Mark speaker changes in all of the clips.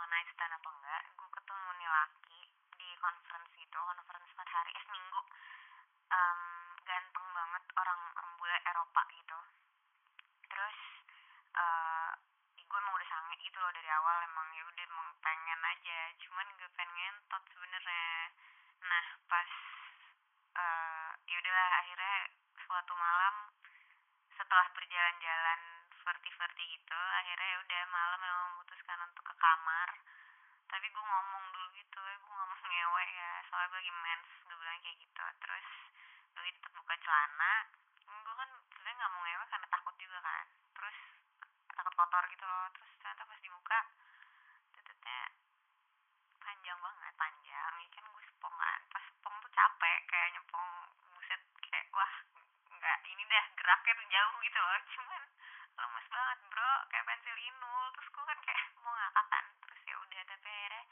Speaker 1: one night stand apa enggak, gue ketemu nih laki di conference gitu, conference 4 hari, seminggu. Ganteng banget, orang bule Eropa gitu. Terus gue emang udah sange gitu loh dari awal, emang ya udah emang pengen aja, cuman gue pengen ngentot sebenarnya. Nah pas ya udahlah, akhirnya suatu malam setelah berjalan-jalan flirty gitu, akhirnya ya udah malam memang memutuskan untuk ke kamar. Tapi gue ngomong dulu gitu, gue ngomong ngewe ya, soalnya gue lagi mens, gue bilang kayak gitu. Terus gue tetap buka celana, gue kan sebenarnya nggak mau ngewe karena takut juga kan, terus takut kotor gitu loh. Terus ternyata pas dibuka, tutupnya panjang banget, panjang ya kan. Gue spong kan, pas spong tuh capek kayak nyepong, buset, kayak wah nggak, ini dah geraknya tuh jauh gitu loh, cuman lemes banget bro, kayak pensil inul. Terus gue kan kayak mau ngakak kan, terus ya udah, tapi akhirnya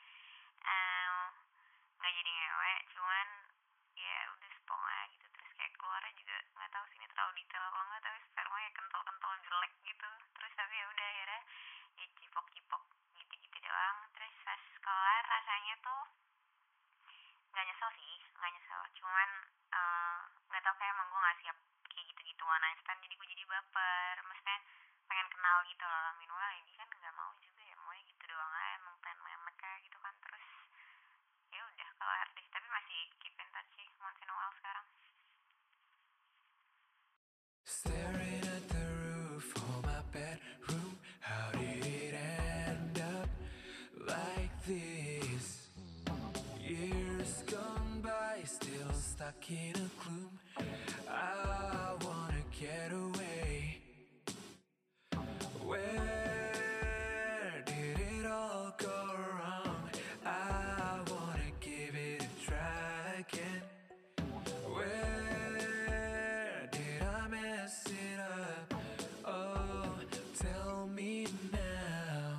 Speaker 1: nggak jadi ngewe, cuman ya udah spong aja gitu. Terus kayak keluarnya juga nggak tahu sini terlalu detail apa enggak, tapi spermanya kental-kental jelek gitu. Terus tapi ya udah akhirnya ya cipok-cipok gitu-gitu doang. Terus pas kelar rasanya tuh nggak nyesel sih, nggak nyesel, cuman nggak tahu, kayak emang gue nggak siap kayak gitu-gitu one night stand, jadi gue jadi baper. Maksudnya pengen kenal gitu loh. Meanwhile ini kan nggak mau juga ya, maunya gitu doang aja, emang pengen memek kayak gitu kan. Terus ya udah kelar deh, tapi masih keep in touch sih once in a while sekarang.
Speaker 2: Staring at the roof of my bedroom, how did it end up like this? Years gone by, still stuck in a gloom. I wanna get away. Where did it all go wrong? I wanna give it a try again. Where did I mess it up? Oh, tell me now.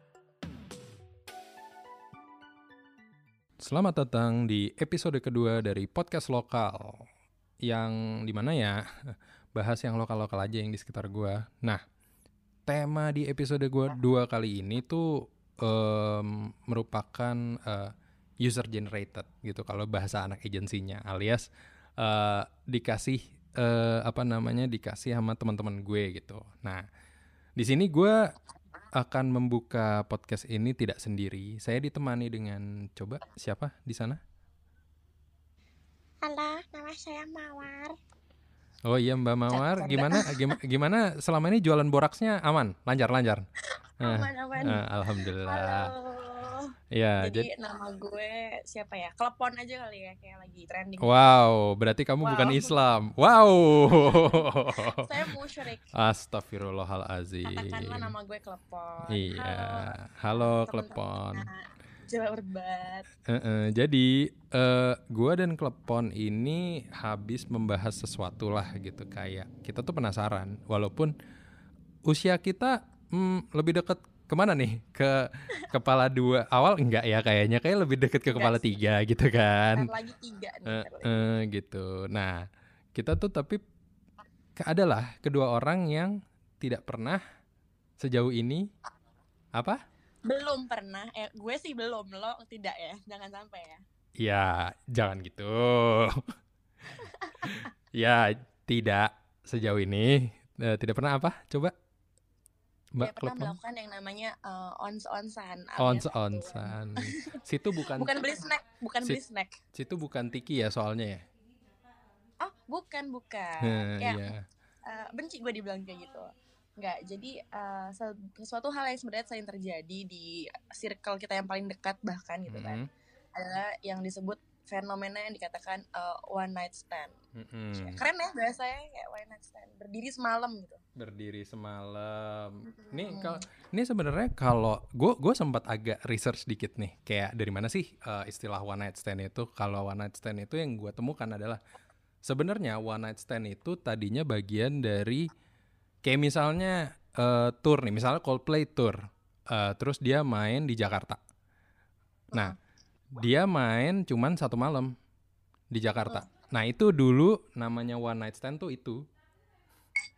Speaker 3: Selamat datang di episode kedua dari podcast lokal, yang dimana ya bahas yang lokal-lokal aja yang di sekitar gue. Nah, tema di episode gue 2 kali ini tuh merupakan user generated gitu kalau bahasa anak agensinya, alias dikasih dikasih sama teman-teman gue gitu. Nah, di sini gue akan membuka podcast ini tidak sendiri. Saya ditemani dengan, coba siapa di sana?
Speaker 4: Halo, nama saya Mawar.
Speaker 3: Oh iya, Mbak Mawar. Gimana selama ini jualan boraksnya aman? Lancar?
Speaker 4: Aman.
Speaker 3: Alhamdulillah.
Speaker 4: Halo.
Speaker 3: Ya,
Speaker 4: Jadi nama gue siapa ya? Klepon aja kali ya, kayak lagi trending.
Speaker 3: Wow, berarti kamu bukan Islam. Wow.
Speaker 4: Saya musyrik.
Speaker 3: Astagfirullahalazim.
Speaker 4: Katakanlah nama gue Klepon.
Speaker 3: Iya. Halo Klepon.
Speaker 4: Jawa Berbat.
Speaker 3: Jadi gue dan Klepon ini habis membahas sesuatu lah gitu, kayak kita tuh penasaran, walaupun usia kita lebih dekat kemana nih, ke kepala 2 awal enggak ya, kayaknya kayak lebih dekat ke kepala 3 gitu kan.
Speaker 4: Lagi 3 nih.
Speaker 3: Gitu. Nah, kita tuh tapi adalah kedua orang yang tidak pernah sejauh ini
Speaker 4: Belum pernah. Gue sih belum, lo tidak ya? Jangan sampai ya.
Speaker 3: Ya, jangan gitu. Ya, tidak sejauh ini tidak pernah apa? Coba Mbak
Speaker 4: Tidak pernah
Speaker 3: Klepon.
Speaker 4: melakukan yang namanya ons-onsan.
Speaker 3: Ons-onsan. Situ bukan
Speaker 4: beli snack, beli snack.
Speaker 3: Situ bukan tiki ya soalnya ya.
Speaker 4: Oh, bukan.
Speaker 3: Iya.
Speaker 4: Benci gue dibilang kayak gitu. Enggak, jadi sesuatu hal yang sebenarnya sering terjadi di circle kita yang paling dekat bahkan gitu kan, adalah yang disebut fenomena yang dikatakan one night stand. Keren ya bahasanya, kayak one night stand, berdiri semalam gitu. Ini sebenarnya kalau gue sempat agak research dikit nih, kayak dari mana sih istilah one night stand itu. Kalau one night stand itu yang gue temukan adalah sebenarnya one night stand itu tadinya bagian dari kayak misalnya tour nih, misalnya Coldplay tour, terus dia main di Jakarta. Nah, dia main cuman 1 malam di Jakarta. Nah, itu dulu namanya one night stand tuh itu.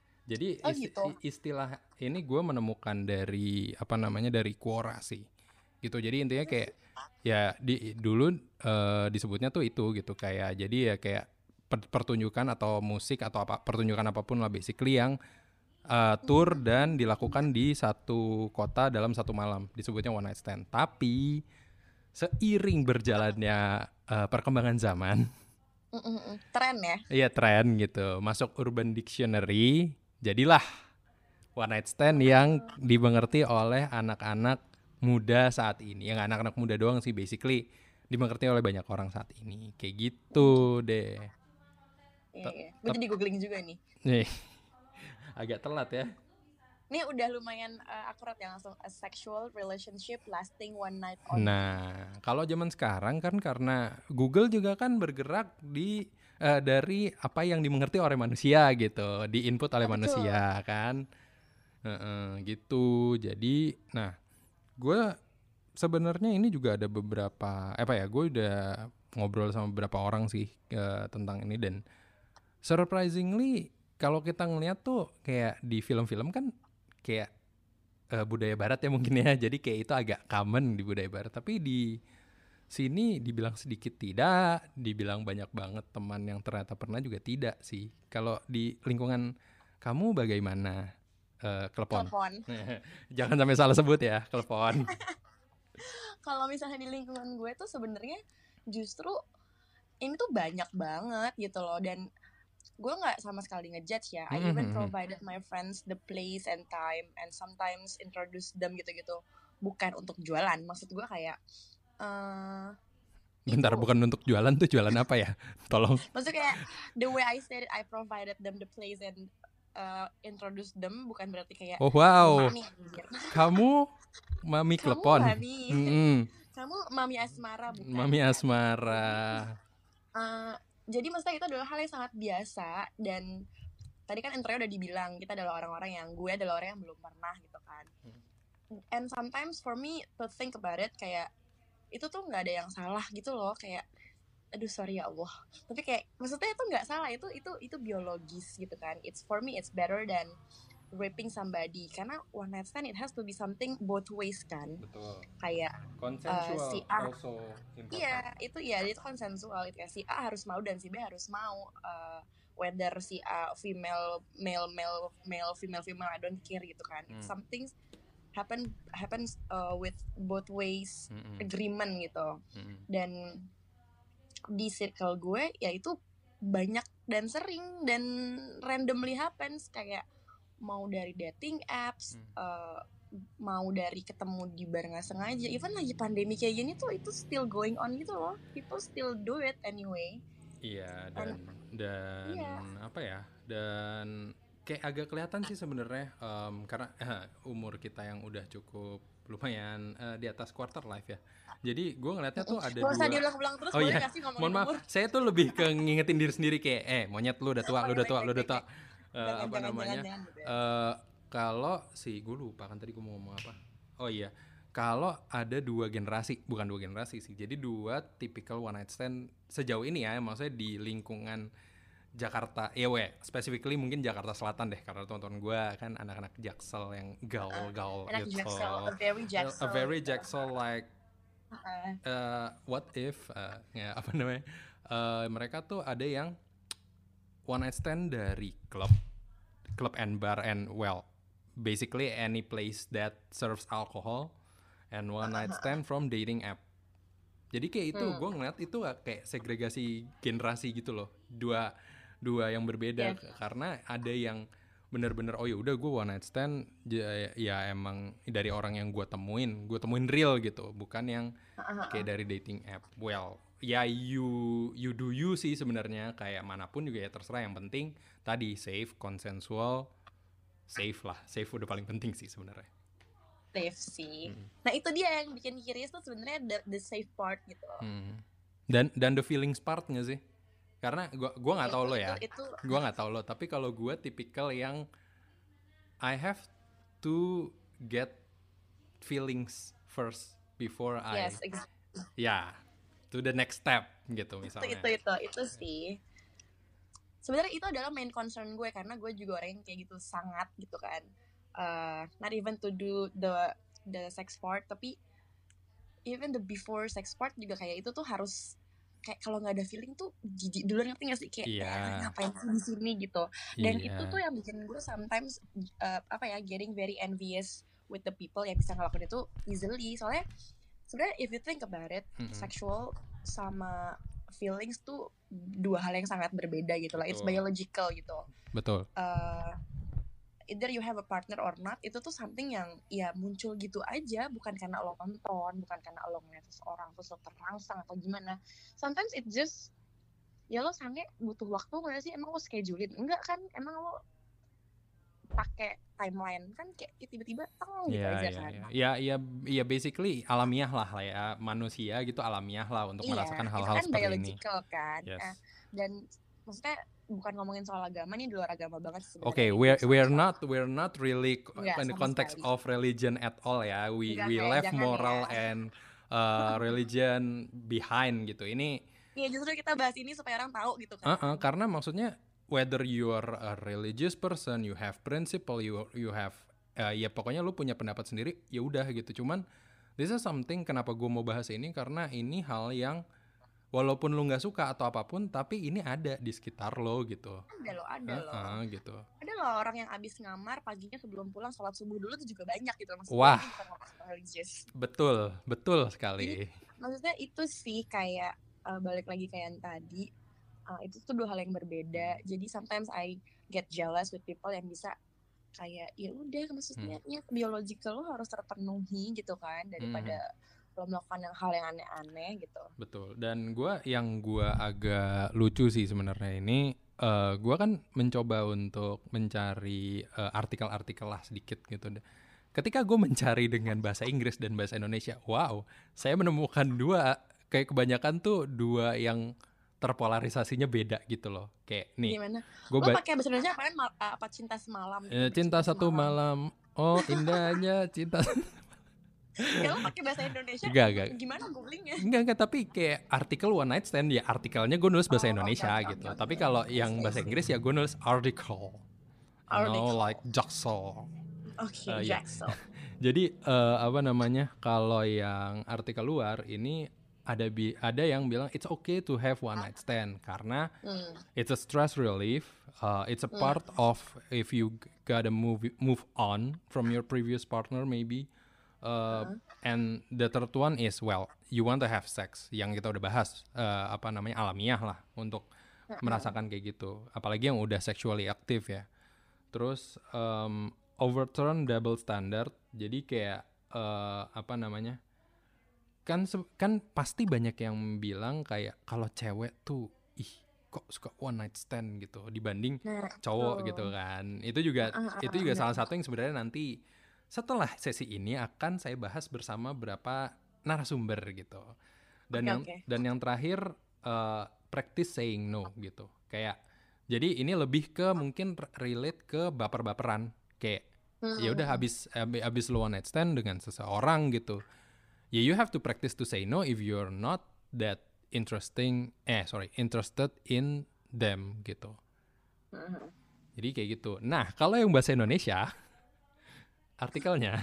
Speaker 4: Jadi istilah ini gue menemukan dari dari Quora sih.
Speaker 3: gitu. Jadi intinya kayak ya dulu disebutnya tuh itu gitu, kayak jadi ya kayak pertunjukan atau musik atau apa pertunjukan apapun lah basically yang tour dan dilakukan di satu kota dalam satu malam, disebutnya one night stand. Tapi seiring berjalannya perkembangan zaman,
Speaker 5: Tren ya.
Speaker 3: iya tren gitu, masuk Urban Dictionary, jadilah one night stand yang dimengerti oleh anak-anak muda saat ini. Yang anak-anak muda doang sih basically, dimengerti oleh banyak orang saat ini. Kayak gitu deh.
Speaker 5: Iya. Gue jadi googling juga nih.
Speaker 3: Nih, agak telat ya.
Speaker 5: Ini udah lumayan akurat ya, langsung a sexual relationship lasting one night only.
Speaker 3: Nah, kalau zaman sekarang kan karena Google juga kan bergerak di dari apa yang dimengerti oleh manusia gitu, diinput oleh
Speaker 5: Betul.
Speaker 3: manusia kan. Gitu. Jadi, nah, gue sebenarnya ini juga ada beberapa gue udah ngobrol sama beberapa orang sih tentang ini, dan surprisingly kalau kita ngeliat tuh kayak di film-film kan kayak budaya barat ya mungkin ya, jadi kayak itu agak common di budaya barat, tapi di sini dibilang sedikit tidak, dibilang banyak banget teman yang ternyata pernah juga tidak sih. Kalau di lingkungan kamu bagaimana? Klepon. Jangan sampai salah sebut ya, klepon.
Speaker 5: Kalau misalnya di lingkungan gue tuh sebenarnya justru ini tuh banyak banget gitu loh, dan gue nggak sama sekali ngejudge ya. I even provided my friends the place and time and sometimes introduce them gitu-gitu. Bukan untuk jualan, maksud gue kayak
Speaker 3: Bentar,
Speaker 5: itu,
Speaker 3: bukan untuk jualan tuh jualan apa ya? Tolong.
Speaker 5: maksudnya kayak the way I said it, I provided them the place and introduce them, bukan berarti kayak
Speaker 3: Oh wow,
Speaker 5: mami,
Speaker 3: kamu mami klepon.
Speaker 5: mami. Kamu mami asmara, bukan?
Speaker 3: Mami asmara.
Speaker 5: Jadi maksudnya itu adalah hal yang sangat biasa, dan tadi kan intronya udah dibilang kita adalah orang-orang yang, gue adalah orang yang belum pernah gitu kan. And sometimes for me to think about it, kayak itu tuh nggak ada yang salah gitu loh, kayak aduh sorry ya Allah, tapi kayak maksudnya itu nggak salah, itu biologis gitu kan. It's for me it's better than raping somebody, karena one night stand it has to be something both ways kan.
Speaker 3: Betul.
Speaker 5: Kayak
Speaker 3: Consensual
Speaker 5: si A,
Speaker 3: also important.
Speaker 5: iya itu konsensual, itu kayak si A harus mau dan si B harus mau, whether si A female male female I don't care gitu kan. Some things happens with both ways agreement gitu. Dan di circle gue ya itu banyak dan sering dan randomly happens, kayak mau dari dating apps, mau dari ketemu di bar nggak sengaja, even lagi pandemi kayak gini tuh itu still going on gitu loh, people still do it anyway.
Speaker 3: Iya, dan
Speaker 5: iya.
Speaker 3: apa ya, dan kayak agak kelihatan sih sebenarnya karena umur kita yang udah cukup lumayan di atas quarter life ya. Jadi gue ngeliatnya tuh ada
Speaker 5: Gak usah diulang-ulang terus,
Speaker 3: oh
Speaker 5: boleh
Speaker 3: iya,
Speaker 5: gak sih ngomongin
Speaker 3: mohon maaf,
Speaker 5: umur?
Speaker 3: saya tuh lebih ke ngingetin diri sendiri kayak monyet lu udah tua, lu udah tua. Apa namanya?
Speaker 5: Jangan, gitu ya.
Speaker 3: Kalau gue lupa kan tadi gue mau ngomong apa. Oh iya, kalau ada bukan dua generasi sih. Jadi dua typical one night stand sejauh ini ya, maksudnya di lingkungan Jakarta, specifically mungkin Jakarta Selatan deh, karena teman-teman gue kan anak-anak Jaksel yang gaul-gaul
Speaker 5: anak
Speaker 3: gitu.
Speaker 5: Jaksel, a very
Speaker 3: Jaksel like what if ya apa namanya, mereka tuh ada yang one night stand dari club and bar and basically any place that serves alcohol, and one night stand from dating app. Jadi kayak itu gue ngeliat itu kayak segregasi generasi gitu loh, dua yang berbeda. Karena ada yang bener-bener oh ya udah gue one night stand ya emang dari orang yang gue temuin real gitu, bukan yang kayak dari dating app. Ya you do you sih sebenarnya, kayak manapun juga ya terserah, yang penting tadi safe, consensual, safe udah paling penting sih sebenarnya.
Speaker 5: Safe sih. Nah itu dia yang bikin curious tuh sebenarnya the safe part gitu.
Speaker 3: Dan the feelings part nggak sih? Karena gue nggak tahu lo ya, gue nggak tahu lo, tapi kalau gue tipikal yang I have to get feelings first before
Speaker 5: yes,
Speaker 3: to the next step gitu misalnya.
Speaker 5: Itu sih. Sebenarnya itu adalah main concern gue, karena gue juga orang yang kayak gitu sangat gitu kan. Not even to do the sex part, tapi even the before sex part juga kayak itu tuh harus kayak kalau nggak ada feeling tuh jijik duluan, ngerti nggak sih kayak ngapain sih di sini gitu. Dan itu tuh yang bikin gue sometimes getting very envious with the people yang bisa ngelakuin itu easily. Soalnya sebenarnya if you think about it, sexual sama feelings tuh dua hal yang sangat berbeda gitu lah. It's biological gitu.
Speaker 3: Betul.
Speaker 5: Either you have a partner or not, itu tuh something yang ya muncul gitu aja, bukan karena lo nonton, bukan karena lo ngeliat seseorang terus lo terangsang atau gimana. Sometimes it just ya lo sange butuh waktu nggak sih? Emang lo schedulein? Enggak kan? Emang lo pakai timeline kan kayak tiba-tiba gitu aja kan?
Speaker 3: Ya basically alamiah lah ya, manusia gitu alamiah lah untuk merasakan hal-hal
Speaker 5: kan
Speaker 3: seperti ini.
Speaker 5: Biological kan.
Speaker 3: Yes.
Speaker 5: Dan maksudnya bukan ngomongin soal agama, nih di luar agama banget sebenarnya.
Speaker 3: Okay, we're not really in the context of religion at all ya. We left moral and religion behind gitu. Ini
Speaker 5: ya justru kita bahas ini supaya orang tahu gitu kan.
Speaker 3: Karena maksudnya whether you are a religious person, you have principle, you have ya pokoknya lu punya pendapat sendiri, ya udah gitu. Cuman this is something kenapa gue mau bahas ini karena ini hal yang walaupun lu nggak suka atau apapun, tapi ini ada di sekitar lo gitu.
Speaker 5: Ada loh.
Speaker 3: Gitu.
Speaker 5: Ada loh orang yang abis ngamar paginya sebelum pulang sholat subuh dulu itu juga banyak gitu. Maksudnya
Speaker 3: wah,
Speaker 5: religious.
Speaker 3: Betul sekali.
Speaker 5: Jadi, maksudnya itu sih kayak balik lagi kayak yang tadi, itu tuh dua hal yang berbeda. Jadi sometimes I get jealous with people yang bisa kayak ya udah maksudnya biological lo harus terpenuhi gitu kan, daripada lo melakukan hal yang aneh-aneh gitu.
Speaker 3: Betul. Dan gue agak lucu sih sebenarnya ini, gue kan mencoba untuk mencari artikel-artikel lah sedikit gitu. Ketika gue mencari dengan bahasa Inggris dan bahasa Indonesia, wow, saya menemukan kayak kebanyakan tuh dua yang terpolarisasinya beda gitu loh. Kayak nih.
Speaker 5: Gimana? Lo pakai bahasa Indonesia apa cinta semalam?
Speaker 3: Cinta satu malam. Oh, indahnya cinta.
Speaker 5: Ya lo pakai bahasa Indonesia
Speaker 3: enggak.
Speaker 5: Gimana googlingnya?
Speaker 3: Enggak, tapi kayak artikel one night stand ya artikelnya gue nulis bahasa Indonesia gitu. Tapi kalau yang bahasa Inggris ya gue nulis article. Like Jaksel.
Speaker 5: Oke, Jaksel.
Speaker 3: Jadi kalau yang artikel luar ini ada yang bilang it's okay to have one night stand karena it's a stress relief, it's a part of if you gotta move on from your previous partner maybe. And the third one is you want to have sex yang kita udah bahas alamiah lah untuk merasakan kayak gitu, apalagi yang udah sexually active ya. Terus overturn double standard, jadi kayak kan pasti banyak yang bilang kayak kalau cewek tuh kok suka one night stand gitu dibanding cowok gitu kan. Itu juga salah satu yang sebenarnya nanti setelah sesi ini akan saya bahas bersama beberapa narasumber gitu. Dan yang terakhir practice saying no gitu. Kayak jadi ini lebih ke mungkin relate ke baper-baperan kayak ya udah habis lo one night stand dengan seseorang gitu. Ya you have to practice to say no if you're not that interested in them gitu. Jadi kayak gitu. Nah, kalau yang bahasa Indonesia artikelnya,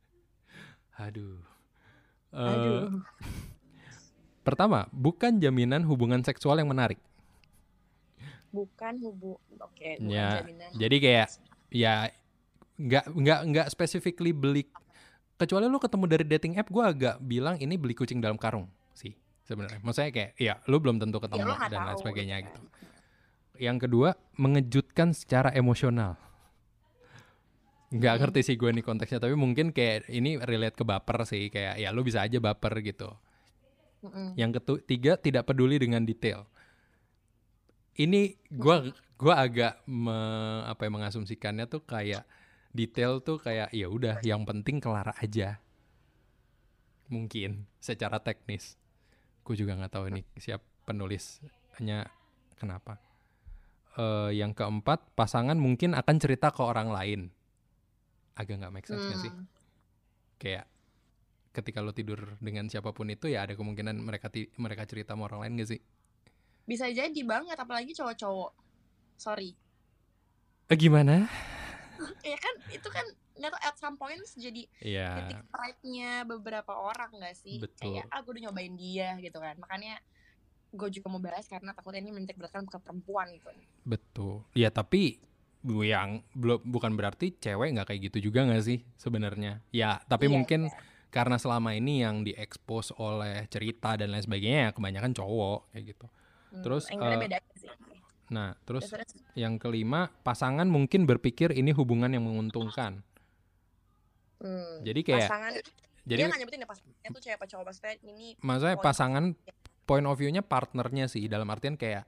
Speaker 3: pertama, bukan jaminan hubungan seksual yang menarik.
Speaker 5: Bukan jaminan.
Speaker 3: Jadi kayak ya nggak specifically beli, kecuali lu ketemu dari dating app, gue agak bilang ini beli kucing dalam karung sih sebenarnya. Maksudnya kayak ya lu belum tentu ketemu dan lain sebagainya gitu. Yang kedua, mengejutkan secara emosional. Nggak ngerti sih gue nih konteksnya, tapi mungkin kayak ini relate ke baper sih, kayak ya lu bisa aja baper gitu. Yang ketiga, tidak peduli dengan detail. Ini gue agak mengasumsikannya tuh kayak detail tuh kayak ya udah yang penting kelar aja. Mungkin secara teknis. Gue juga nggak tahu ini siapa penulisnya kenapa. Yang keempat, pasangan mungkin akan cerita ke orang lain. Agak nggak make sense nggak sih? Kayak ketika lo tidur dengan siapapun itu ya ada kemungkinan mereka cerita sama orang lain nggak sih?
Speaker 5: Bisa jadi banget, apalagi cowok-cowok. Sorry.
Speaker 3: Gimana?
Speaker 5: Ya kan itu kan nggak tau at some point jadi
Speaker 3: Iya,
Speaker 5: titik pride-nya beberapa orang nggak sih,
Speaker 3: betul.
Speaker 5: kayak gue udah nyobain dia gitu kan, makanya gue juga mau bahas karena takutnya ini menitik beratkan ke perempuan gitu.
Speaker 3: Betul. Ya tapi yang belum bukan berarti cewek nggak kayak gitu juga nggak sih sebenarnya. Ya tapi
Speaker 5: Iya,
Speaker 3: mungkin karena selama ini yang diekspos oleh cerita dan lain sebagainya ya kebanyakan cowok kayak gitu. Terus
Speaker 5: angle-nya beda aja sih.
Speaker 3: terus
Speaker 5: Terus
Speaker 3: yang kelima, pasangan mungkin berpikir ini hubungan yang menguntungkan. Jadi kayak
Speaker 5: pasangan
Speaker 3: jadi
Speaker 5: dia nggak nyebutin ya pasangannya tuh cewek apa cowok, maksudnya ini
Speaker 3: maksudnya
Speaker 5: point of
Speaker 3: pasangan point of view-nya partnernya sih, dalam artian kayak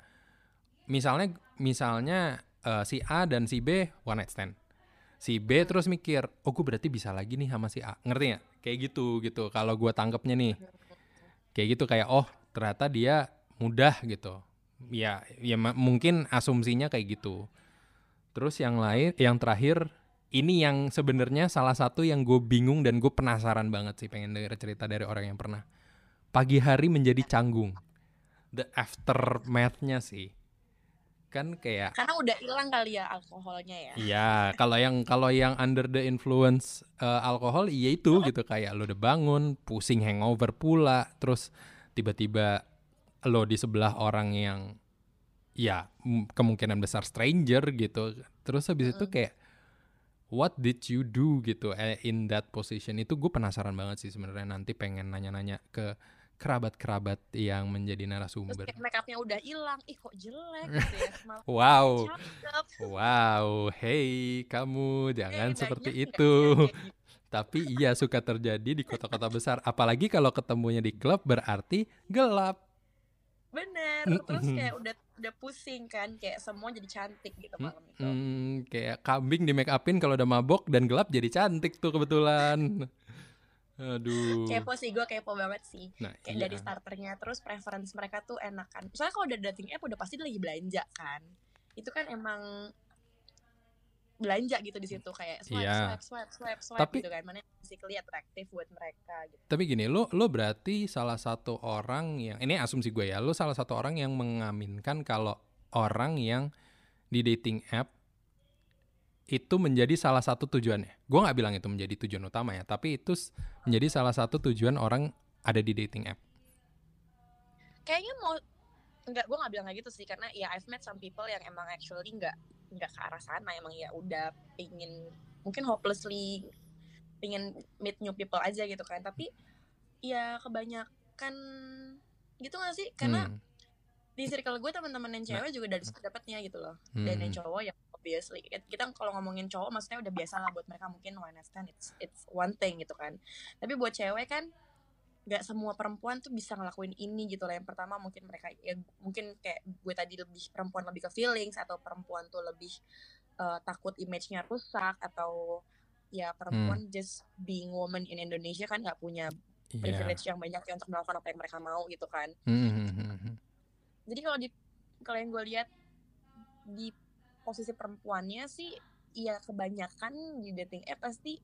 Speaker 3: misalnya si A dan si B one night stand. Si B terus mikir, oh gue berarti bisa lagi nih sama si A. Ngerti nggak? Kayak gitu. Kalau gue tangkepnya nih. Kayak gitu, kayak oh ternyata dia mudah gitu. Ya mungkin asumsinya kayak gitu. Terus yang terakhir, ini yang sebenarnya salah satu yang gue bingung dan gue penasaran banget sih, pengen denger cerita dari orang yang pernah. Pagi hari menjadi canggung. The aftermath-nya sih. Kan kayak
Speaker 5: karena udah hilang kali ya alkoholnya ya.
Speaker 3: iya, kalau yang under the influence alkohol, iya itu gitu, kayak lo udah bangun, pusing hangover pula, terus tiba-tiba lo di sebelah orang yang ya kemungkinan besar stranger gitu. Terus habis itu kayak what did you do gitu in that position. Itu gue penasaran banget sih sebenarnya, nanti pengen nanya-nanya ke kerabat-kerabat yang menjadi
Speaker 5: Terus
Speaker 3: narasumber.
Speaker 5: kayak make upnya udah hilang, ih kok jelek gitu ya. Semalam
Speaker 3: Wow.
Speaker 5: cakep.
Speaker 3: Wow, hey kamu jangan
Speaker 5: Banyak
Speaker 3: seperti
Speaker 5: nggak
Speaker 3: itu.
Speaker 5: sih yang kayak gitu?
Speaker 3: Tapi iya suka terjadi di kota-kota besar. Apalagi kalau ketemunya di klub berarti gelap.
Speaker 5: Bener, terus kayak udah pusing kan, kayak semua jadi cantik gitu malam itu.
Speaker 3: Kayak kambing di make upin kalau udah mabok dan gelap jadi cantik tuh kebetulan. Aduh.
Speaker 5: Kepo sih, gue kepo banget sih.
Speaker 3: Nah,
Speaker 5: Kayak
Speaker 3: iya.
Speaker 5: dari starternya, terus preference mereka tuh enak kan. Soalnya kalau udah dating app udah pasti lagi belanja kan. Itu kan emang belanja gitu di situ, kayak
Speaker 3: Iya.
Speaker 5: swipe
Speaker 3: Tapi-
Speaker 5: gitu kan. Mana yang physically attractive buat mereka gitu.
Speaker 3: Tapi gini, lo berarti salah satu orang yang, ini asumsi gue ya, lo salah satu orang yang mengaminkan kalau orang yang di dating app itu menjadi salah satu tujuannya. Gue nggak bilang itu menjadi tujuan utama ya, tapi itu menjadi salah satu tujuan orang ada di dating app.
Speaker 5: Kayaknya gue nggak bilang kayak gitu sih, karena ya I've met some people yang emang actually nggak ke arah sana, emang ya udah pingin mungkin hopelessly pingin meet new people aja gitu kan. Tapi ya kebanyakan gitu nggak sih, karena di circle gue teman-teman yang cewek juga dari situ dapatnya gitu loh. Dan yang cowok ya obviously kita kalau ngomongin cowok maksudnya udah biasa lah, buat mereka mungkin one night stand it's one thing gitu kan. Tapi buat cewek kan nggak semua perempuan tuh bisa ngelakuin ini gitu lah. Yang pertama mungkin mereka ya mungkin kayak gue tadi, lebih perempuan lebih ke feelings, atau perempuan tuh lebih takut image-nya rusak, atau ya perempuan just being woman in Indonesia kan nggak punya privilege yang banyak ya untuk melakukan apa yang mereka mau gitu kan. Jadi kalau yang gue lihat di posisi perempuannya sih, ya kebanyakan di dating app pasti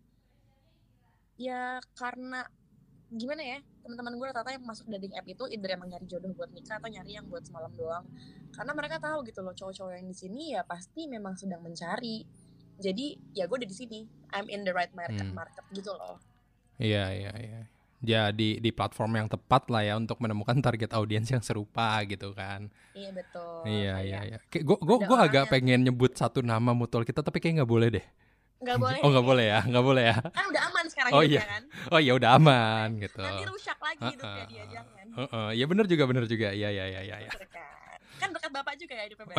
Speaker 5: ya karena gimana ya, teman-teman gue rata-rata yang masuk dating app itu either emang nyari jodoh buat nikah atau nyari yang buat semalam doang. Karena mereka tahu gitu loh, cowok-cowok yang di sini ya pasti memang sedang mencari. Jadi ya gue udah di sini, I'm in the right market gitu loh.
Speaker 3: Iya. Ya di platform yang tepat lah ya untuk menemukan target audiens yang serupa gitu kan.
Speaker 5: Iya betul.
Speaker 3: Iya. Gue agak pengen nyebut satu nama mutual kita, tapi kayak nggak boleh deh.
Speaker 5: Nggak boleh.
Speaker 3: Oh nggak boleh ya.
Speaker 5: Kan udah aman sekarang
Speaker 3: iya.
Speaker 5: kan.
Speaker 3: Oh iya udah aman gitu.
Speaker 5: Nanti rusak lagi hidupnya dia, jangan.
Speaker 3: Iya benar juga. Iya.
Speaker 5: Kan berkat bapak juga ya hidupnya.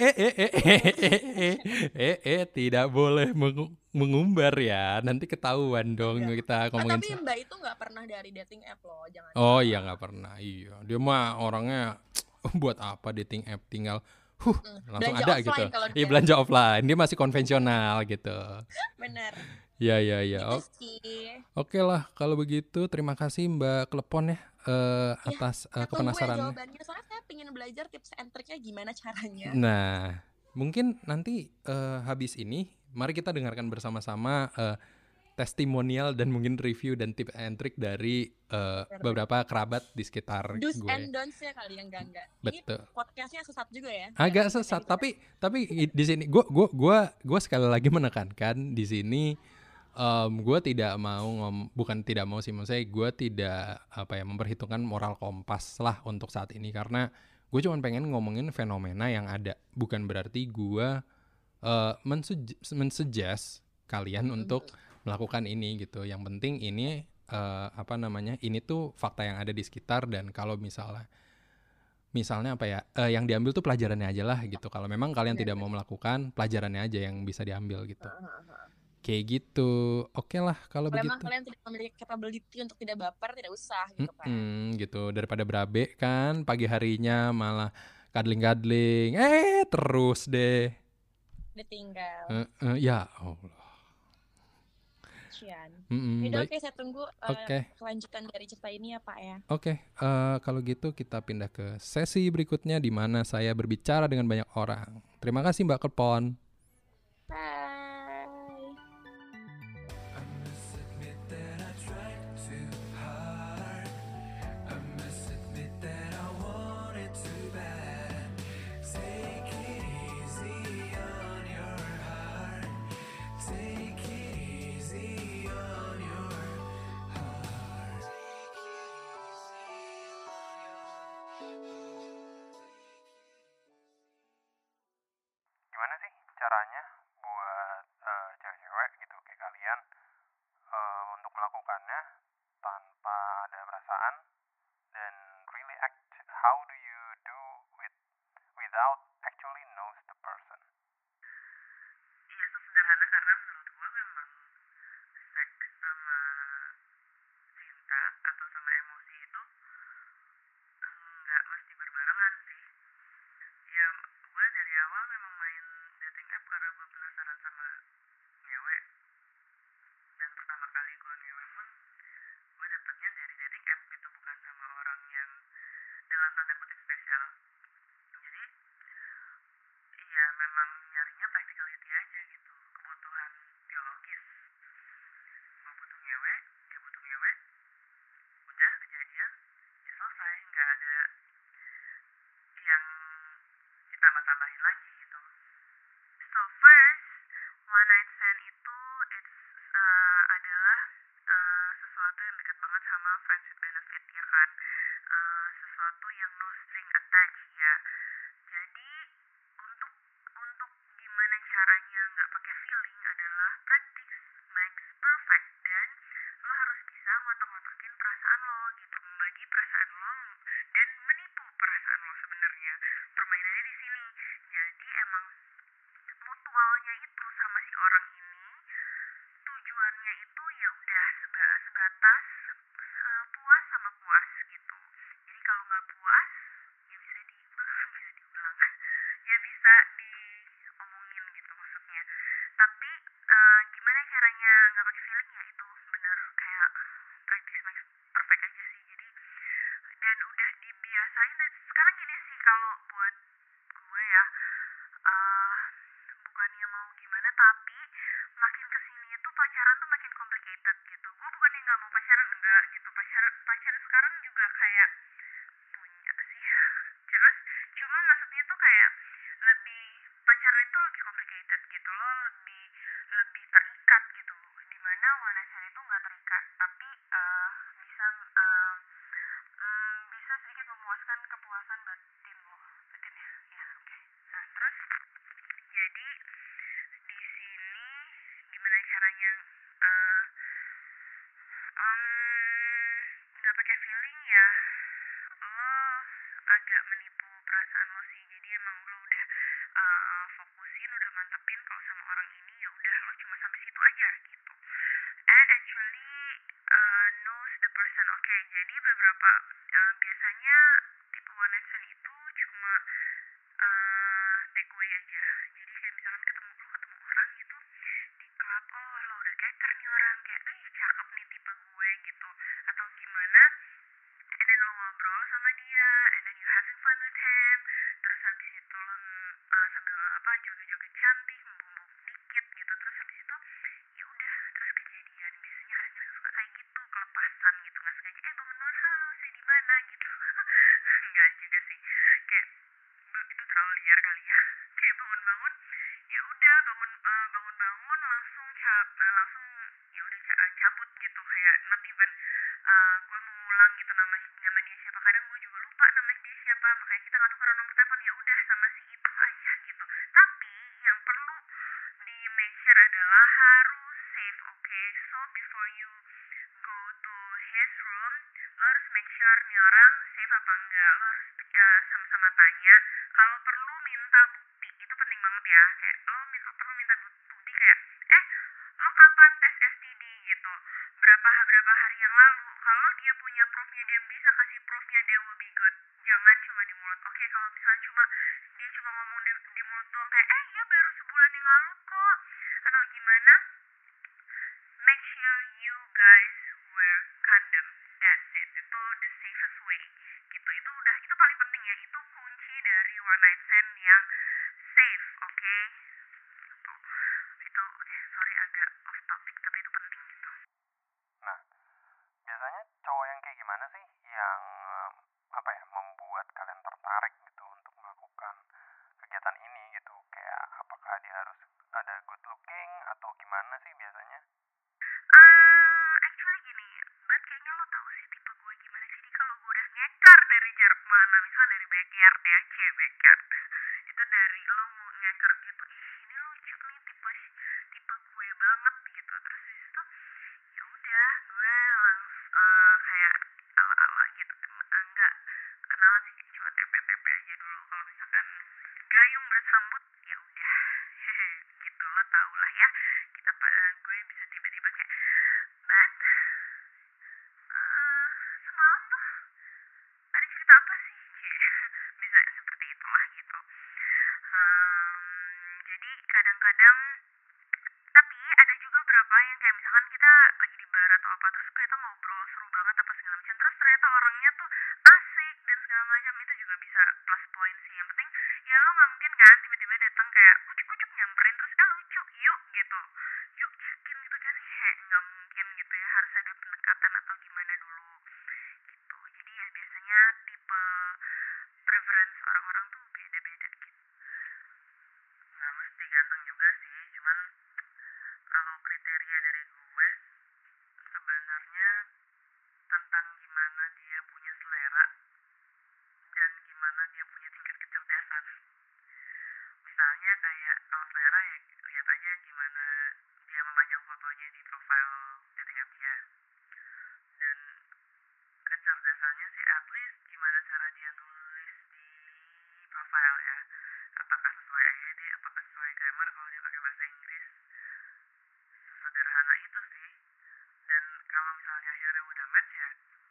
Speaker 3: Tidak boleh mengumbar ya. Nanti ketahuan dong kita ngomongin.
Speaker 5: Tapi Mbak itu nggak pernah dari dating app loh, jangan.
Speaker 3: Oh iya nggak pernah. Iya, dia mah orangnya buat apa dating app, tinggal langsung
Speaker 5: belanja
Speaker 3: ada
Speaker 5: offline
Speaker 3: gitu.
Speaker 5: kalau
Speaker 3: Iya belanja offline, dia masih konvensional gitu.
Speaker 5: Bener.
Speaker 3: Iya.
Speaker 5: Gitu sih.
Speaker 3: Oke lah kalau begitu, terima kasih Mbak Klepon ya atas kepenasaran.
Speaker 5: Jawabannya, soalnya saya pengen belajar tips and triknya gimana caranya.
Speaker 3: Nah, mungkin nanti habis ini mari kita dengarkan bersama-sama testimonial dan mungkin review dan tip and trick dari beberapa kerabat di sekitar
Speaker 5: Do's
Speaker 3: gue.
Speaker 5: and don'ts-nya kali yang enggak.
Speaker 3: Betul.
Speaker 5: Ini podcastnya sesat juga ya.
Speaker 3: Agak sesat, tapi di sini gue sekali lagi menekankan di sini gue tidak mau bukan tidak mau sih, maksudnya gue tidak memperhitungkan moral kompas lah untuk saat ini, karena gue cuma pengen ngomongin fenomena yang ada, bukan berarti gue mensuggest kalian untuk melakukan ini gitu. Yang penting ini ini tuh fakta yang ada di sekitar, dan kalau misalnya yang diambil tuh pelajarannya aja lah gitu. Kalau memang kalian tidak mau melakukan, pelajarannya aja yang bisa diambil gitu. Kayak gitu. Oke lah kalau begitu.
Speaker 5: Memang kalian tidak memiliki capability untuk tidak baper, tidak usah gitu kan.
Speaker 3: Gitu, daripada berabe kan pagi harinya malah kadling-kadling. Terus deh.
Speaker 5: Ditinggal.
Speaker 3: Ya Allah.
Speaker 5: Yaudah, oke, saya tunggu kelanjutan dari cerita ini ya Pak ya.
Speaker 3: Oke, kalau gitu kita pindah ke sesi berikutnya di mana saya berbicara dengan banyak orang. Terima kasih Mbak Klepon.
Speaker 5: Bye.
Speaker 2: I must admit that I tried too hard. I must admit that I want it too bad. Take it easy on your heart. Take it easy on your heart.
Speaker 4: Gimana sih caranya buat cewek-cewek gitu kayak kalian untuk melakukannya tanpa ada perasaan dan really act? How do you do without actually knows the person?
Speaker 1: Iya, sesederhana karena menurut gue memang seks sama cinta atau sama emosi itu nggak mesti berbarengan sih. Ya, gue dari awal memang main dating app karena gue penasaran sama ngewe, dan pertama kali gue ngewe pun gue dapetnya dari dating app gitu, bukan sama orang yang dalam tanda kutip spesial. Jadi iya, memang nyarinya practicality aja gitu, kebutuhan biologis. Gue butuh ngewe, dia butuh ngewe, udah kejadian, ya selesai, nggak ada yang ditambah-tambahin lagi gitu. So first, one night stand itu adalah sesuatu yang dekat banget sama friends with benefit, ya kan. Sesuatu yang no string attached ya. Jadi untuk gimana caranya nggak pakai feeling adalah practice makes perfect, dan lo harus bisa ngotak-ngotakin perasaan lo gitu, membagi perasaan lo dan menipu perasaan lo sebenarnya. Permainannya di sini. Jadi emang mutualnya itu sama si orang ini tujuannya itu ya udah sebatas puas sama puas gitu. Jadi kalau nggak puas ya bisa diulang ya bisa diomongin gitu maksudnya. Tapi gimana caranya nggak pakai feeling, ya itu bener kayak practice makes perfect aja sih. Jadi dan udah dibiasain, dan sekarang gini sih kalau buat gue ya, bukannya mau gimana, tapi makin kesini itu pacaran tuh makin complicated gitu. Gue bukannya nggak mau pacaran, enggak gitu, pacar sekarang juga kayak punya sih terus cuma maksudnya tuh kayak lebih, pacaran itu lebih complicated gitu, lo lebih terikat gitu, dimana one night stand itu nggak terikat, tapi bisa sedikit memuaskan kepuasan batin lo, batin ya oke. Nah terus jadi di sini gimana caranya nggak pakai feeling ya, lo agak menipu perasaan lo sih. Jadi emang lo udah fokusin, udah mantepin kalau sama orang ini ya udah lo cuma sampai situ aja gitu, and actually knows the person. Oke, jadi beberapa biasanya tipe one night stand itu cuma take away aja. Jadi kayak misalkan ketemu orang gitu di klub, oh lo udah keker nih orang, kayak cakep nih tipe gue gitu, atau gimana, and then lo ngobrol sama dia, and then you having fun with him, terus habis itu lo sambil joget-joget cantik, membumbu dikit gitu, terus habis itu ya udah, terus kejadian even gue mengulang gitu nama dia siapa, kadang gue juga lupa nama dia siapa, makanya kita nggak tukeran nomor telepon, ya udah sama si itu aja gitu. Tapi yang perlu di make sure adalah harus safe, okay? So before you go to his room, lo harus make sure nih orang safe apa enggak. Lo harus sama-sama tanya, kalau perlu minta bukti, itu penting banget ya. Kayak lo perlu minta bukti kayak lo kapan tes STD gitu, berapa hari yang lalu. Kalau dia punya proofnya, dia bisa kasih proofnya, dia will be good. Jangan cuma di mulut. Oke, kalau misalnya dia cuma ngomong di mulut doang kayak ya baru sebulan yang lalu kok atau gimana, make sure you guys wear condom. That's it. Itu the safest way gitu. Itu paling penting ya. Itu kunci dari one night stand yang safe, oke? Itu oke, sorry agak off topic, tapi itu penting gitu.
Speaker 3: Nah, biasanya cowok yang kayak gimana sih yang apa ya, membuat kalian tertarik gitu untuk melakukan kegiatan ini gitu? Kayak apakah dia harus ada good looking atau gimana sih biasanya?
Speaker 1: Actually gini, Bat, kayaknya lo tahu sih tipe gue gimana. Jadi kalau gue udah ngekar dari jarak mana, misalnya dari backyard ya, backyard, itu dari lo mau ngekar gitu, ini lucu nih, tipe gue banget gitu. Terus di situ ya udah gue langsung kayak ala-ala gitu, enggak kenalan sih, kayak cuma TP aja dulu. Kalau misalkan gayung bersambut ya udah gitu, lo tau lah ya, gue bisa tiba-tiba kayak, Bat, semalam tuh ada cerita apa sih? Bisa seperti itulah gitu. Jadi kadang-kadang, tapi ada juga beberapa yang kayak misalkan kita lagi di bar atau apa, terus kita ngobrol seru banget apa segala macam, terus ternyata orangnya tuh asik dan segala macam, itu juga bisa plus point sih. Yang penting ya lo nggak mungkin kan tiba-tiba datang kayak ucuk nyamperin terus lucu yuk gitu, yuk cekin gitu kan, nggak mungkin gitu ya, harus ada pendekatan atau gimana dulu gitu. Jadi ya biasanya tipe preference orang-orang tuh beda-beda gitu. Nggak mesti ganteng juga sih, cuman kalau kriteria dari gue sebenarnya tentang gimana dia punya selera dan gimana dia punya tingkat kecerdasan. Misalnya kayak kalau selera ya lihat aja gimana dia memajang fotonya di profile dating app dia, dan kecerdasannya sih at least gimana cara dia nulis di profile ya, apakah sesuai AYD, apakah sesuai grammar, kalau dia pakai bahasa Inggris, sesederhana itu sih. Dan kalau misalnya akhirnya udah match ya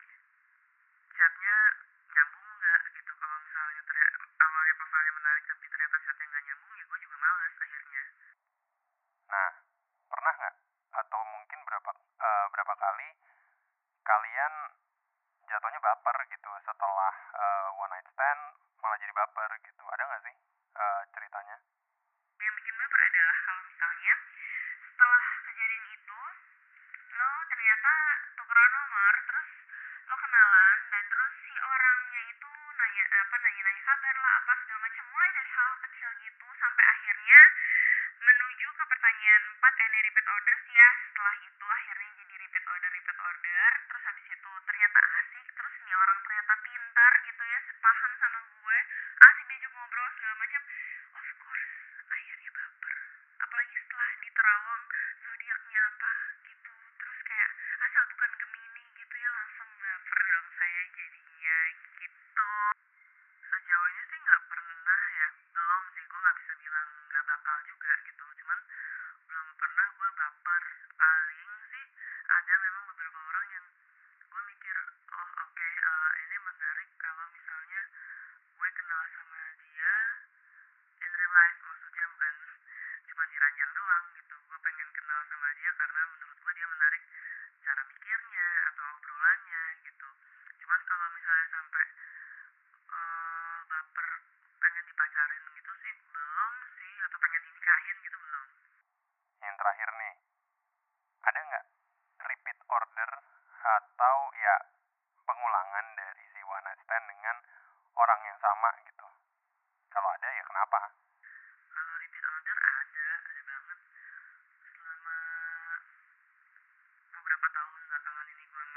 Speaker 1: chatnya nyambung nggak gitu. Kalau misalnya awalnya profilnya menarik tapi ternyata chatnya nggak nyambung, ya gue juga males akhirnya.
Speaker 3: Nah, pernah nggak atau mungkin berapa kali kalian jatuhnya baper gitu setelah one night stand, malah jadi baper gitu? Ada nggak sih ceritanya?
Speaker 1: Yang bikin baper adalah kalau misalnya setelah kejadian itu lo ternyata tukeran nomor, terus lo kenalan, dan terus si orangnya itu nanya kabar lah apa segala macam, mulai dari hal kecil gitu sampai akhirnya menuju ke pertanyaan 4, any repeat orders ya. Setelah itu akhirnya jadi repeat order, terus habis itu ternyata asik, terus nih orang ternyata pintar gitu ya, sepaham sama gue, asik diajak ngobrol segala macam, of course akhirnya baper. Apalagi setelah diterawang zodiaknya apa gitu, terus kayak asal bukan Gemini gitu ya, langsung baper dong saya jadinya gitu. Sejauh ini sih nggak pernah ya, belum sih, gue nggak bisa bilang nggak bakal juga gitu, cuman belum pernah gue baper. Paling sih ada memang beberapa orang yang gue mikir, oh oke, ini menarik kalau misalnya gue kenal sama dia in real life, maksudnya bukan cuma di ranjang doang gitu. Gue pengen kenal sama dia karena menurut gue dia menarik cara mikirnya atau obrolannya gitu. Cuman kalau misalnya sampai baper pengen dipacarin gitu sih belum sih, atau pengen dinikahin gitu belum.
Speaker 3: Yang terakhir nih, ada nggak repeat order atau ya pengulangan dari si one night stand dengan orang yang sama gitu? Kalau ada ya kenapa?
Speaker 1: Kalau repeat order ada banget. Selama beberapa tahun belakangan ini gue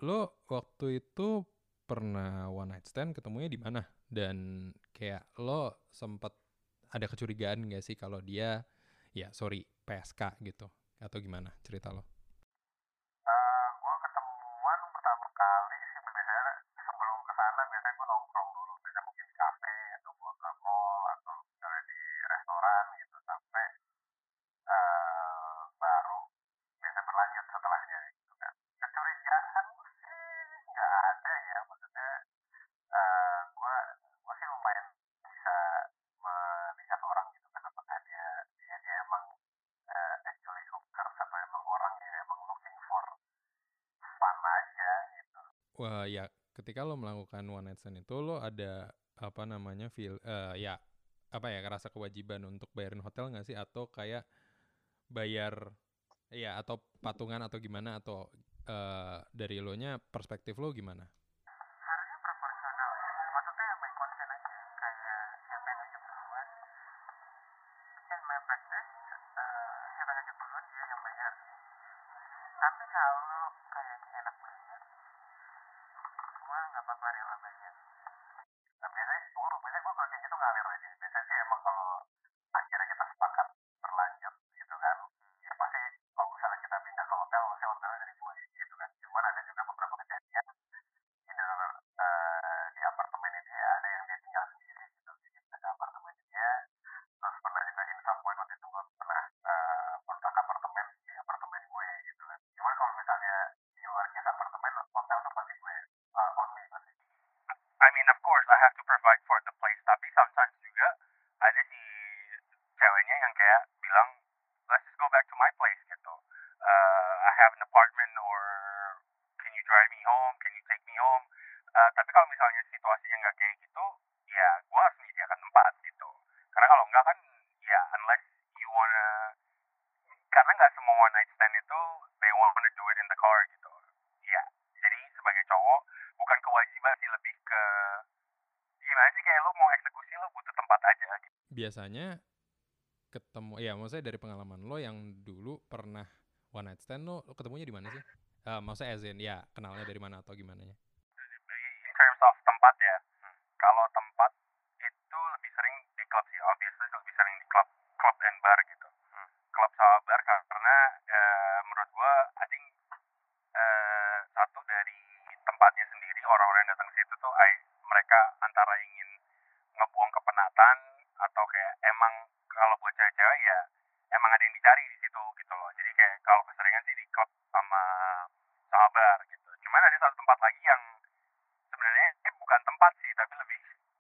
Speaker 3: lo waktu itu pernah one night stand ketemunya di mana? Dan kayak lo sempet ada kecurigaan gak sih kalau dia PSK gitu atau gimana cerita lo?
Speaker 6: Gue ketemuan pertama kali sih biasanya sebelum kesana biasanya gue nongkrong dulu, biasanya mungkin di kafe atau gue ke mall atau misalnya di restoran gitu sampai baru biasa berlanjut setelahnya gitu kan. Kecurigaan sih nggak ada ya, maksudnya gue sih lumayan bisa melihat orang gitu kan, apakah dia emang actually hookers atau emang orang yang emang looking for fun aja gitu.
Speaker 3: Wah ya, ketika lo melakukan one night stand itu lo ada apa namanya rasa kewajiban untuk bayarin hotel nggak sih atau kayak bayar atau patungan atau gimana atau dari lo nya perspektif lo gimana?
Speaker 6: Harusnya proporsional ya, maksudnya yang main konsen aja kayak siapa yang ngajak duluan, in my practice siapa yang ngajak duluan dia yang bayar. Tapi kalau kayaknya enak banget, gue nggak apa-apa rela bayar. Nah, biasanya gue kalau kayak gitu ngalir aja. Biasanya sih emang kalau akhirnya kita sepakat berlanjut gitu kan, ya pasti kalau misalnya kita pindah ke hotel, pasti hotelnya dari gue gitu kan. Cuman ada juga beberapa kejadian either di apartemennya dia, ada yang dia tinggal sendiri gitu, jadi kita ke apartemennya dia. Terus pernah juga in some point waktu itu gue pernah kontrak apartemen di apartemen gue gitu kan. Cuman kalau misalnya di luar case apartemen, hotel tuh pasti gue only pasti. I mean, of course, I have to provide for the place. Tapi sometimes juga ada si ceweknya yang kayak bilang, let's just go back to my place gitu. I have an apartment, or can you drive me home? Can you take me home? Tapi kalau misalnya situasinya nggak kayak gitu, ya gue harus menyediakan tempat gitu. Karena kalau nggak kan, ya unless you wanna, karena nggak semua one night stand itu they wanna do it in the car gitu. Ya, jadi sebagai cowok bukan kewajiban sih, lebih ke gimana sih, kayak lo mau eksekusi lo butuh tempat aja gitu.
Speaker 3: Biasanya ketemu maksudnya dari pengalaman lo yang dulu pernah one night stand lo ketemunya di mana sih? Maksudnya as in kenalnya dari mana atau gimana ya?
Speaker 6: In terms of tempat ya, kalau tempat itu lebih sering di klub sih, obviously lebih sering di klub and bar gitu. Klub sama bar karena menurut gua I think satu dari tempatnya sendiri, orang-orang yang datang ke situ tuh mereka antara ingin ngebuang kepenatan atau kayak emang kalau buat cewek-cewek ya emang ada yang dicari di situ gitu loh. Jadi kayak kalau keseringan sih di klub sama bar gitu. Cuman ada satu tempat lagi yang sebenarnya bukan tempat sih, tapi lebih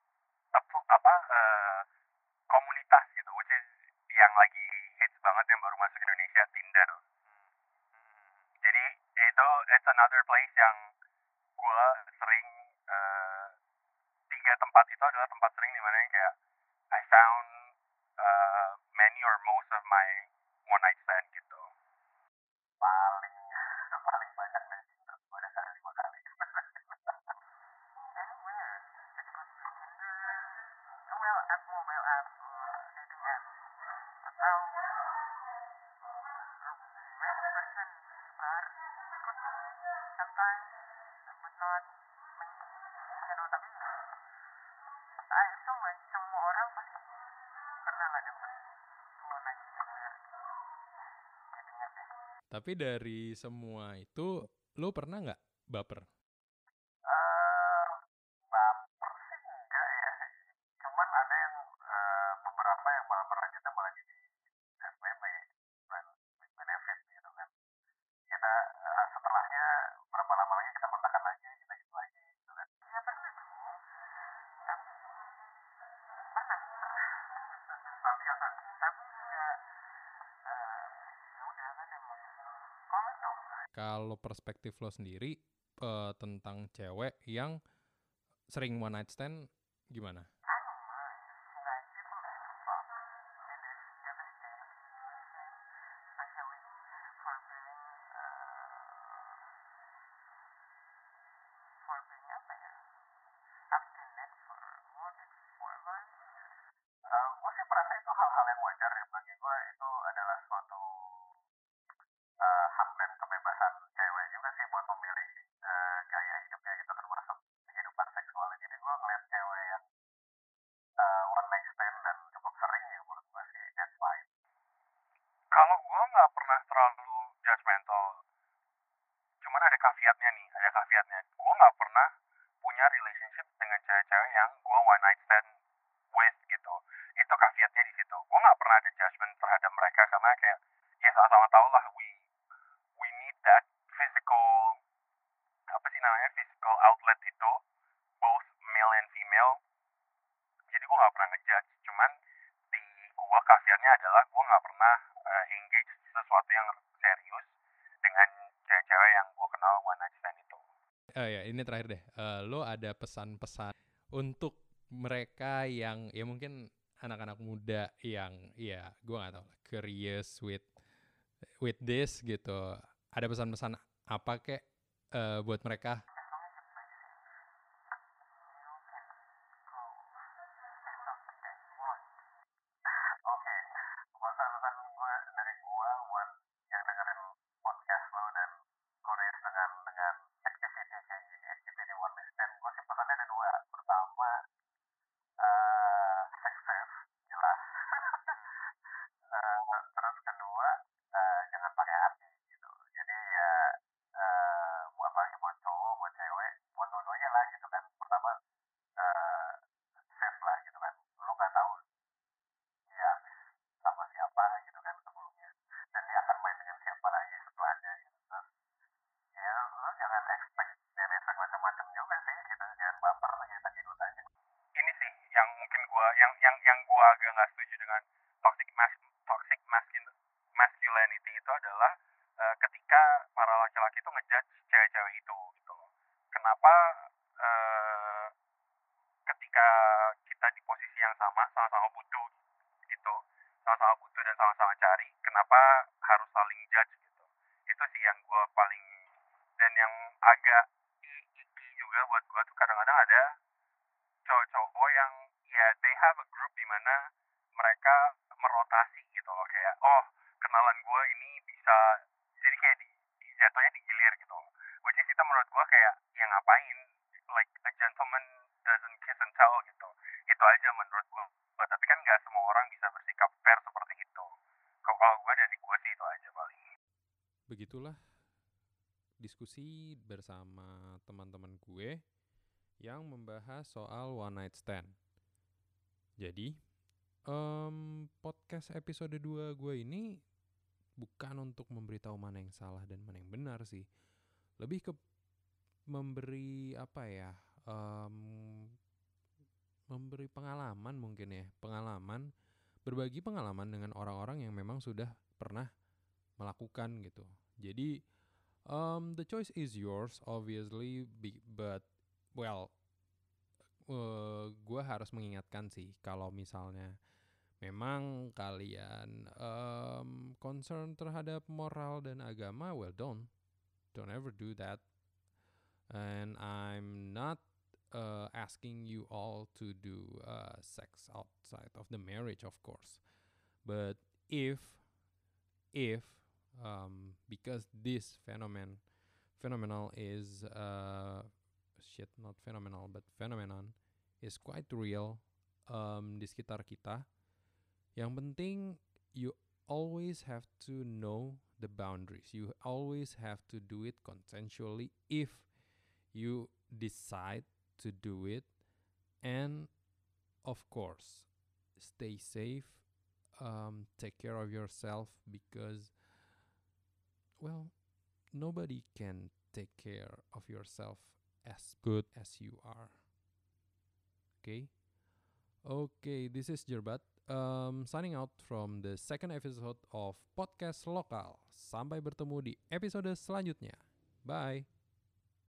Speaker 6: komunitas gitu, which is yang lagi hits banget yang baru masuk Indonesia, Tinder. Jadi it's another place yang gue sering, tiga tempat itu adalah tempat sering dimana yang kayak I found many or most of my one night stand gitu. Paling banyak dari Tinder gue udah cari 5 kali. Anywhere, it could be Tinder, mail app dating app, atau real person di bar, ikut sometimes, but not tapi I assume semua orang pasti pernah lah dapet one night stand dari dating app ya.
Speaker 3: Tapi dari semua itu lo pernah nggak baper?
Speaker 6: Baper sih enggak ya, cuman ada yang beberapa yang malah berlanjutnya malah jadi FWB, with benefit gitu kan. Kita setelahnya berapa lama lagi kita kontakkan lagi, kita gitu lagi gitu kan. Ya pernah sih, tapi pernah tapi ya udah kan emang komen dong.
Speaker 3: Kalau perspektif lo sendiri tentang cewek yang sering one night stand gimana?
Speaker 6: Gue sih merasa itu hal-hal yang wajar ya, bagi gue itu adalah suatu hak dan kebebasan cewek juga sih buat memilih namanya physical outlet itu both male and female. Jadi gue nggak pernah ngejudge, cuman di gue kafiannya adalah gue nggak pernah engage sesuatu yang serius dengan cewek-cewek yang gue kenal one night stand itu.
Speaker 3: Ya ini terakhir deh. Lo ada pesan-pesan untuk mereka yang ya mungkin anak-anak muda yang ya gue nggak tahu lah, curious with this gitu. Ada pesan-pesan apa kek buat mereka?
Speaker 6: Oke, pesan-pesan gue dari gue buat yang dengerin podcast lo dan curious dengan activity kayak gini, activity one night stand, gue sih pesannya ada dua. Pertama, sukses, jelas. Terus kedua, jangan pakai hati gitu. Jadi ya buat lagi buat cowok, buat cewek, buat dua-duanya lah gitu kan. Pertama, safe lah gitu kan. Lu nggak tahu dia habis sama siapa gitu kan sebelumnya, dan dia akan main dengan siapa lagi setelahnya gitu. Terus ya lu jangan expect macam-macam juga sih gitu, jangan baper gitu gitu aja. Ini sih yang mungkin gua yang gua agak nggak setuju dengan toxic masculinity itu adalah ketika para laki-laki itu ngejudge cewek-cewek itu gitu. Kenapa ketika kita di posisi yang sama-sama butuh gitu, sama-sama butuh dan sama-sama cari, kenapa harus saling judge gitu? Itu sih yang gue paling, dan yang agak iki juga buat gue tuh kadang-kadang ada cowok-cowok yang ya they have a group di mana mereka merotasi gitu loh, kayak oh kenalan gue ini bisa jadi kayak jatuhnya digilir gitu, which is itu menurut gue kayak ya ngapain, like a gentleman doesn't kiss and tell gitu. Itu aja menurut gue, tapi kan nggak semua orang bisa bersikap fair seperti itu. Kalau gue dari gue sih itu aja paling.
Speaker 3: Begitulah diskusi bersama teman-teman gue yang membahas soal one night stand. Jadi, podcast episode 2 gue ini bukan untuk memberitahu mana yang salah dan mana yang benar sih. Lebih ke memberi apa ya, memberi pengalaman mungkin ya. Berbagi pengalaman dengan orang-orang yang memang sudah pernah melakukan gitu. Jadi, the choice is yours obviously, but well, gue harus mengingatkan sih kalau misalnya memang kalian concern terhadap moral dan agama, well don't ever do that. And I'm not asking you all to do sex outside of the marriage, of course. But if because this phenomenon is phenomenon is quite real di sekitar kita. Yang penting you always have to know the boundaries. You always have to do it consensually if you decide to do it, and of course stay safe, take care of yourself, because well, nobody can take care of yourself as good as you are. Okay, this is Jerbat, signing out from the second episode of Podcast Lokal. Sampai bertemu di episode selanjutnya. Bye.